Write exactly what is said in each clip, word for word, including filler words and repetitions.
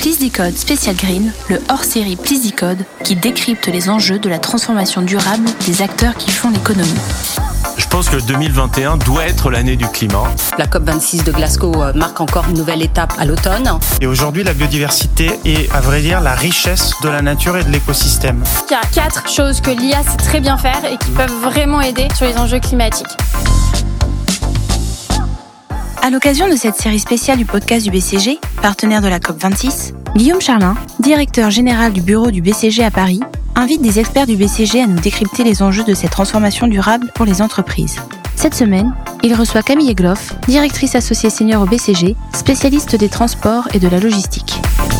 Please Decode Special Green, le hors-série Please Decode qui décrypte les enjeux de la transformation durable des acteurs qui font l'économie. Je pense que deux mille vingt et un doit être l'année du climat. La COP vingt-six de Glasgow marque encore une nouvelle étape à l'automne. Et aujourd'hui, la biodiversité est, à vrai dire, la richesse de la nature et de l'écosystème. Il y a quatre choses que l'I A sait très bien faire et qui peuvent vraiment aider sur les enjeux climatiques. À l'occasion de cette série spéciale du podcast du B C G, partenaire de la COP vingt-six, Guillaume Charlin, directeur général du bureau du B C G à Paris, invite des experts du B C G à nous décrypter les enjeux de cette transformation durable pour les entreprises. Cette semaine, il reçoit Camille Egloff, directrice associée senior au B C G, spécialiste des transports et de la logistique.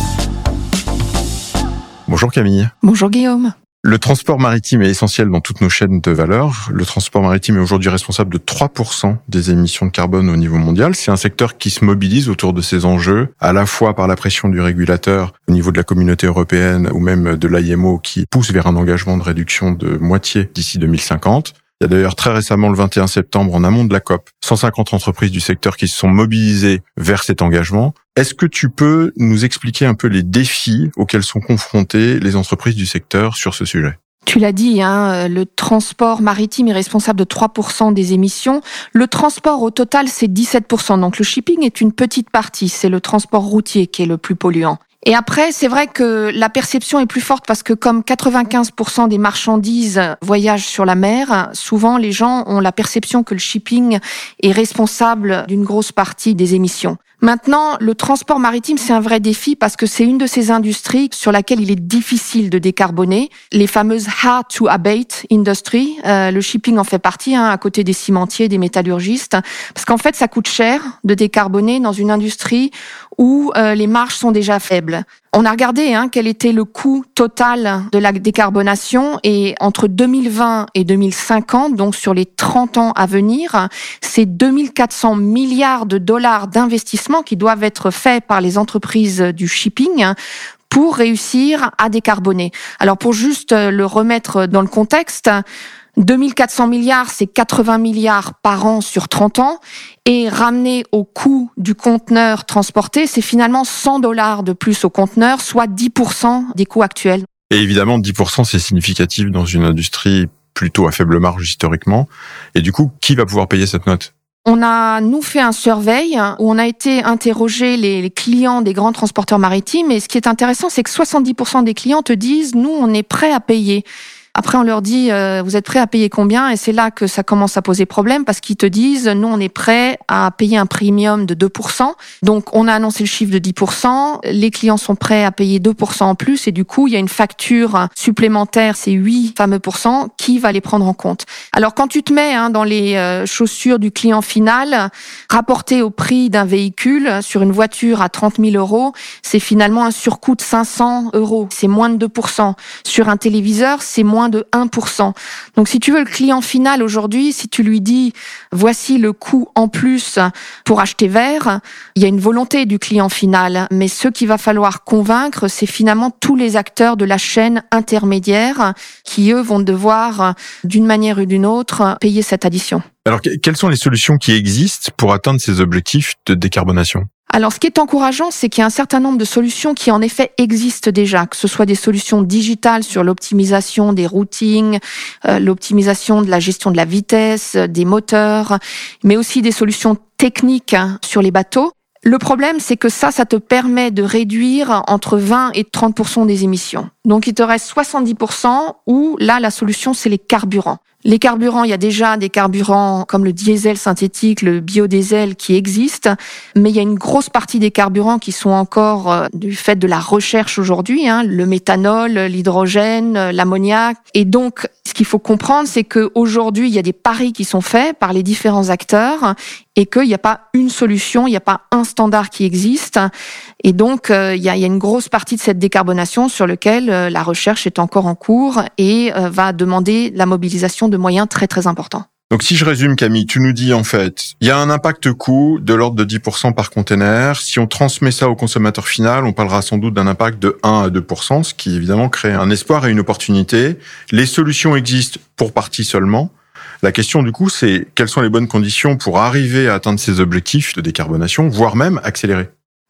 Bonjour Camille. Bonjour Guillaume. Le transport maritime est essentiel dans toutes nos chaînes de valeur. Le transport maritime est aujourd'hui responsable de trois pour cent des émissions de carbone au niveau mondial. C'est un secteur qui se mobilise autour de ces enjeux, à la fois par la pression du régulateur au niveau de la communauté européenne ou même de l'I M O qui pousse vers un engagement de réduction de moitié d'ici deux mille cinquante. Il y a d'ailleurs très récemment, le vingt et un septembre, en amont de la COP, cent cinquante entreprises du secteur qui se sont mobilisées vers cet engagement. Est-ce que tu peux nous expliquer un peu les défis auxquels sont confrontées les entreprises du secteur sur ce sujet ? Tu l'as dit, hein, le transport maritime est responsable de trois pour cent des émissions. Le transport au total, c'est dix-sept pour cent. Donc le shipping est une petite partie. C'est le transport routier qui est le plus polluant. Et après, c'est vrai que la perception est plus forte parce que comme quatre-vingt-quinze pour cent des marchandises voyagent sur la mer, souvent les gens ont la perception que le shipping est responsable d'une grosse partie des émissions. Maintenant, le transport maritime, c'est un vrai défi parce que c'est une de ces industries sur laquelle il est difficile de décarboner. Les fameuses hard to abate industries, euh, le shipping en fait partie, hein, à côté des cimentiers, des métallurgistes, parce qu'en fait, ça coûte cher de décarboner dans une industrie où euh, les marges sont déjà faibles. On a regardé hein, quel était le coût total de la décarbonation et entre deux mille vingt et deux mille cinquante, donc sur les trente ans à venir, c'est deux mille quatre cents milliards de dollars d'investissement qui doivent être faits par les entreprises du shipping pour réussir à décarboner. Alors pour juste le remettre dans le contexte, deux mille quatre cents milliards, c'est quatre-vingts milliards par an sur trente ans. Et ramené au coût du conteneur transporté, c'est finalement cent dollars de plus au conteneur, soit dix pour cent des coûts actuels. Et évidemment, dix pour cent, c'est significatif dans une industrie plutôt à faible marge historiquement. Et du coup, qui va pouvoir payer cette note ? On a, nous, fait un survey où on a été interroger les clients des grands transporteurs maritimes. Et ce qui est intéressant, c'est que soixante-dix pour cent des clients te disent « nous, on est prêts à payer ». Après, on leur dit euh, « vous êtes prêts à payer combien ?» Et c'est là que ça commence à poser problème parce qu'ils te disent « nous, on est prêts à payer un premium de deux pour cent ». Donc, on a annoncé le chiffre de dix pour cent. Les clients sont prêts à payer deux pour cent en plus. Et du coup, il y a une facture supplémentaire, c'est huit fameux pourcents, qui va les prendre en compte. Alors, quand tu te mets hein, dans les euh, chaussures du client final, rapporté au prix d'un véhicule sur une voiture à trente mille euros, c'est finalement un surcoût de cinq cents euros. C'est moins de deux pour cent. Sur un téléviseur, c'est moins de un pour cent. Donc si tu veux, le client final aujourd'hui, si tu lui dis voici le coût en plus pour acheter vert, il y a une volonté du client final, mais ce qu'il va falloir convaincre, c'est finalement tous les acteurs de la chaîne intermédiaire qui, eux, vont devoir, d'une manière ou d'une autre, payer cette addition. Alors, quelles sont les solutions qui existent pour atteindre ces objectifs de décarbonation ? Alors, ce qui est encourageant, c'est qu'il y a un certain nombre de solutions qui, en effet, existent déjà, que ce soit des solutions digitales sur l'optimisation des routings, euh, l'optimisation de la gestion de la vitesse, des moteurs, mais aussi des solutions techniques hein, sur les bateaux. Le problème, c'est que ça, ça te permet de réduire entre vingt et trente pour cent des émissions. Donc, il te reste soixante-dix pour cent où, là, la solution, c'est les carburants. Les carburants, il y a déjà des carburants comme le diesel synthétique, le biodiesel qui existent, mais il y a une grosse partie des carburants qui sont encore euh, du fait de la recherche aujourd'hui, hein, le méthanol, l'hydrogène, l'ammoniac. Et donc, ce qu'il faut comprendre, c'est qu'aujourd'hui, il y a des paris qui sont faits par les différents acteurs et qu'il n'y a pas une solution, il n'y a pas un standard qui existe. Et donc, euh, il, y a, il y a une grosse partie de cette décarbonation sur laquelle euh, la recherche est encore en cours et euh, va demander la mobilisation de moyens très très importants. Donc si je résume Camille, tu nous dis en fait, il y a un impact coût de l'ordre de dix pour cent par container. Si on transmet ça au consommateur final, on parlera sans doute d'un impact de un à deux pour cent, ce qui évidemment crée un espoir et une opportunité. Les solutions existent pour partie seulement. La question du coup, c'est quelles sont les bonnes conditions pour arriver à atteindre ces objectifs de décarbonation, voire même accélérer ?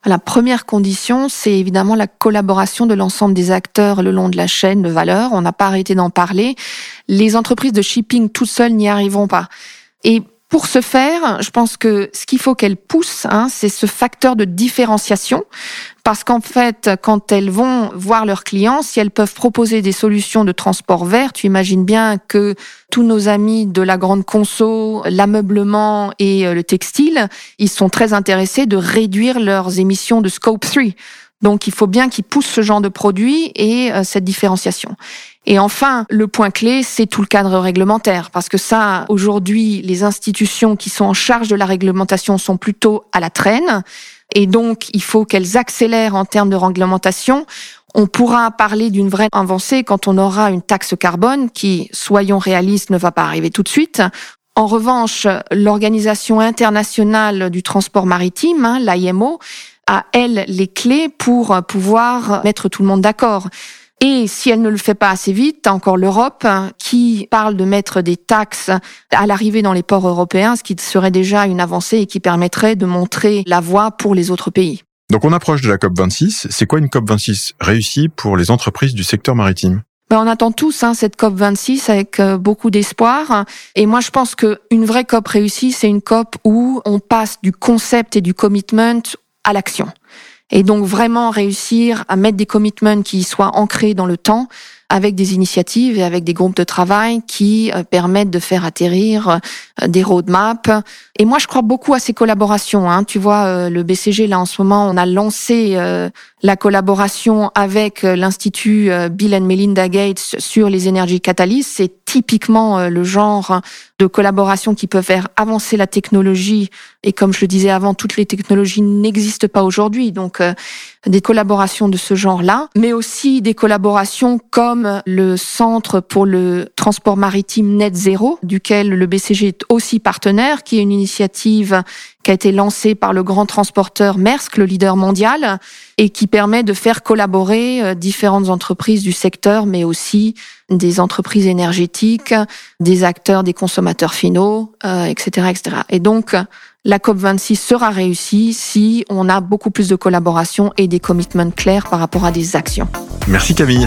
La première condition, c'est évidemment la collaboration de l'ensemble des acteurs le long de la chaîne de valeur. On n'a pas arrêté d'en parler. Les entreprises de shipping toutes seules n'y arriveront pas. Et pour ce faire, je pense que ce qu'il faut qu'elles poussent, hein, c'est ce facteur de différenciation. Parce qu'en fait, quand elles vont voir leurs clients, si elles peuvent proposer des solutions de transport vert, tu imagines bien que tous nos amis de la grande conso, l'ameublement et le textile, ils sont très intéressés de réduire leurs émissions de scope trois. Donc, il faut bien qu'ils poussent ce genre de produit et euh, cette différenciation. Et enfin, le point clé, c'est tout le cadre réglementaire. Parce que ça, aujourd'hui, les institutions qui sont en charge de la réglementation sont plutôt à la traîne. Et donc, il faut qu'elles accélèrent en termes de réglementation. On pourra parler d'une vraie avancée quand on aura une taxe carbone qui, soyons réalistes, ne va pas arriver tout de suite. En revanche, l'Organisation internationale du transport maritime, hein, l'I M O, a, elle, les clés pour pouvoir mettre tout le monde d'accord. Et si elle ne le fait pas assez vite, t'as encore l'Europe qui parle de mettre des taxes à l'arrivée dans les ports européens, ce qui serait déjà une avancée et qui permettrait de montrer la voie pour les autres pays. Donc on approche de la C O P vingt-six. C'est quoi une C O P vingt-six réussie pour les entreprises du secteur maritime ? Ben on attend tous hein, cette C O P vingt-six avec euh, beaucoup d'espoir. Et moi, je pense qu'une vraie C O P réussie, c'est une C O P où on passe du concept et du commitment à l'action. Et donc vraiment réussir à mettre des commitments qui soient ancrés dans le temps, avec des initiatives et avec des groupes de travail qui permettent de faire atterrir des roadmaps. Et moi, je crois beaucoup à ces collaborations. Hein. Tu vois, le B C G, là, en ce moment, on a lancé la collaboration avec l'Institut Bill and Melinda Gates sur les énergies catalyses. C'est typiquement le genre de collaboration qui peut faire avancer la technologie. Et comme je le disais avant, toutes les technologies n'existent pas aujourd'hui. Donc, des collaborations de ce genre-là, mais aussi des collaborations comme le Centre pour le transport maritime net zéro, duquel le B C G est aussi partenaire, qui est une initiative qui a été lancée par le grand transporteur Maersk, le leader mondial, et qui permet de faire collaborer différentes entreprises du secteur, mais aussi des entreprises énergétiques, des acteurs, des consommateurs finaux, euh, et cetera, et cetera. Et donc, la C O P vingt-six sera réussie si on a beaucoup plus de collaboration et des commitments clairs par rapport à des actions. Merci Camille.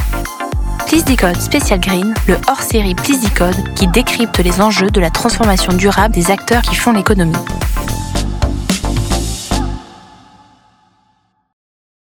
Please Decode Special Green, le hors-série Please Decode qui décrypte les enjeux de la transformation durable des acteurs qui font l'économie.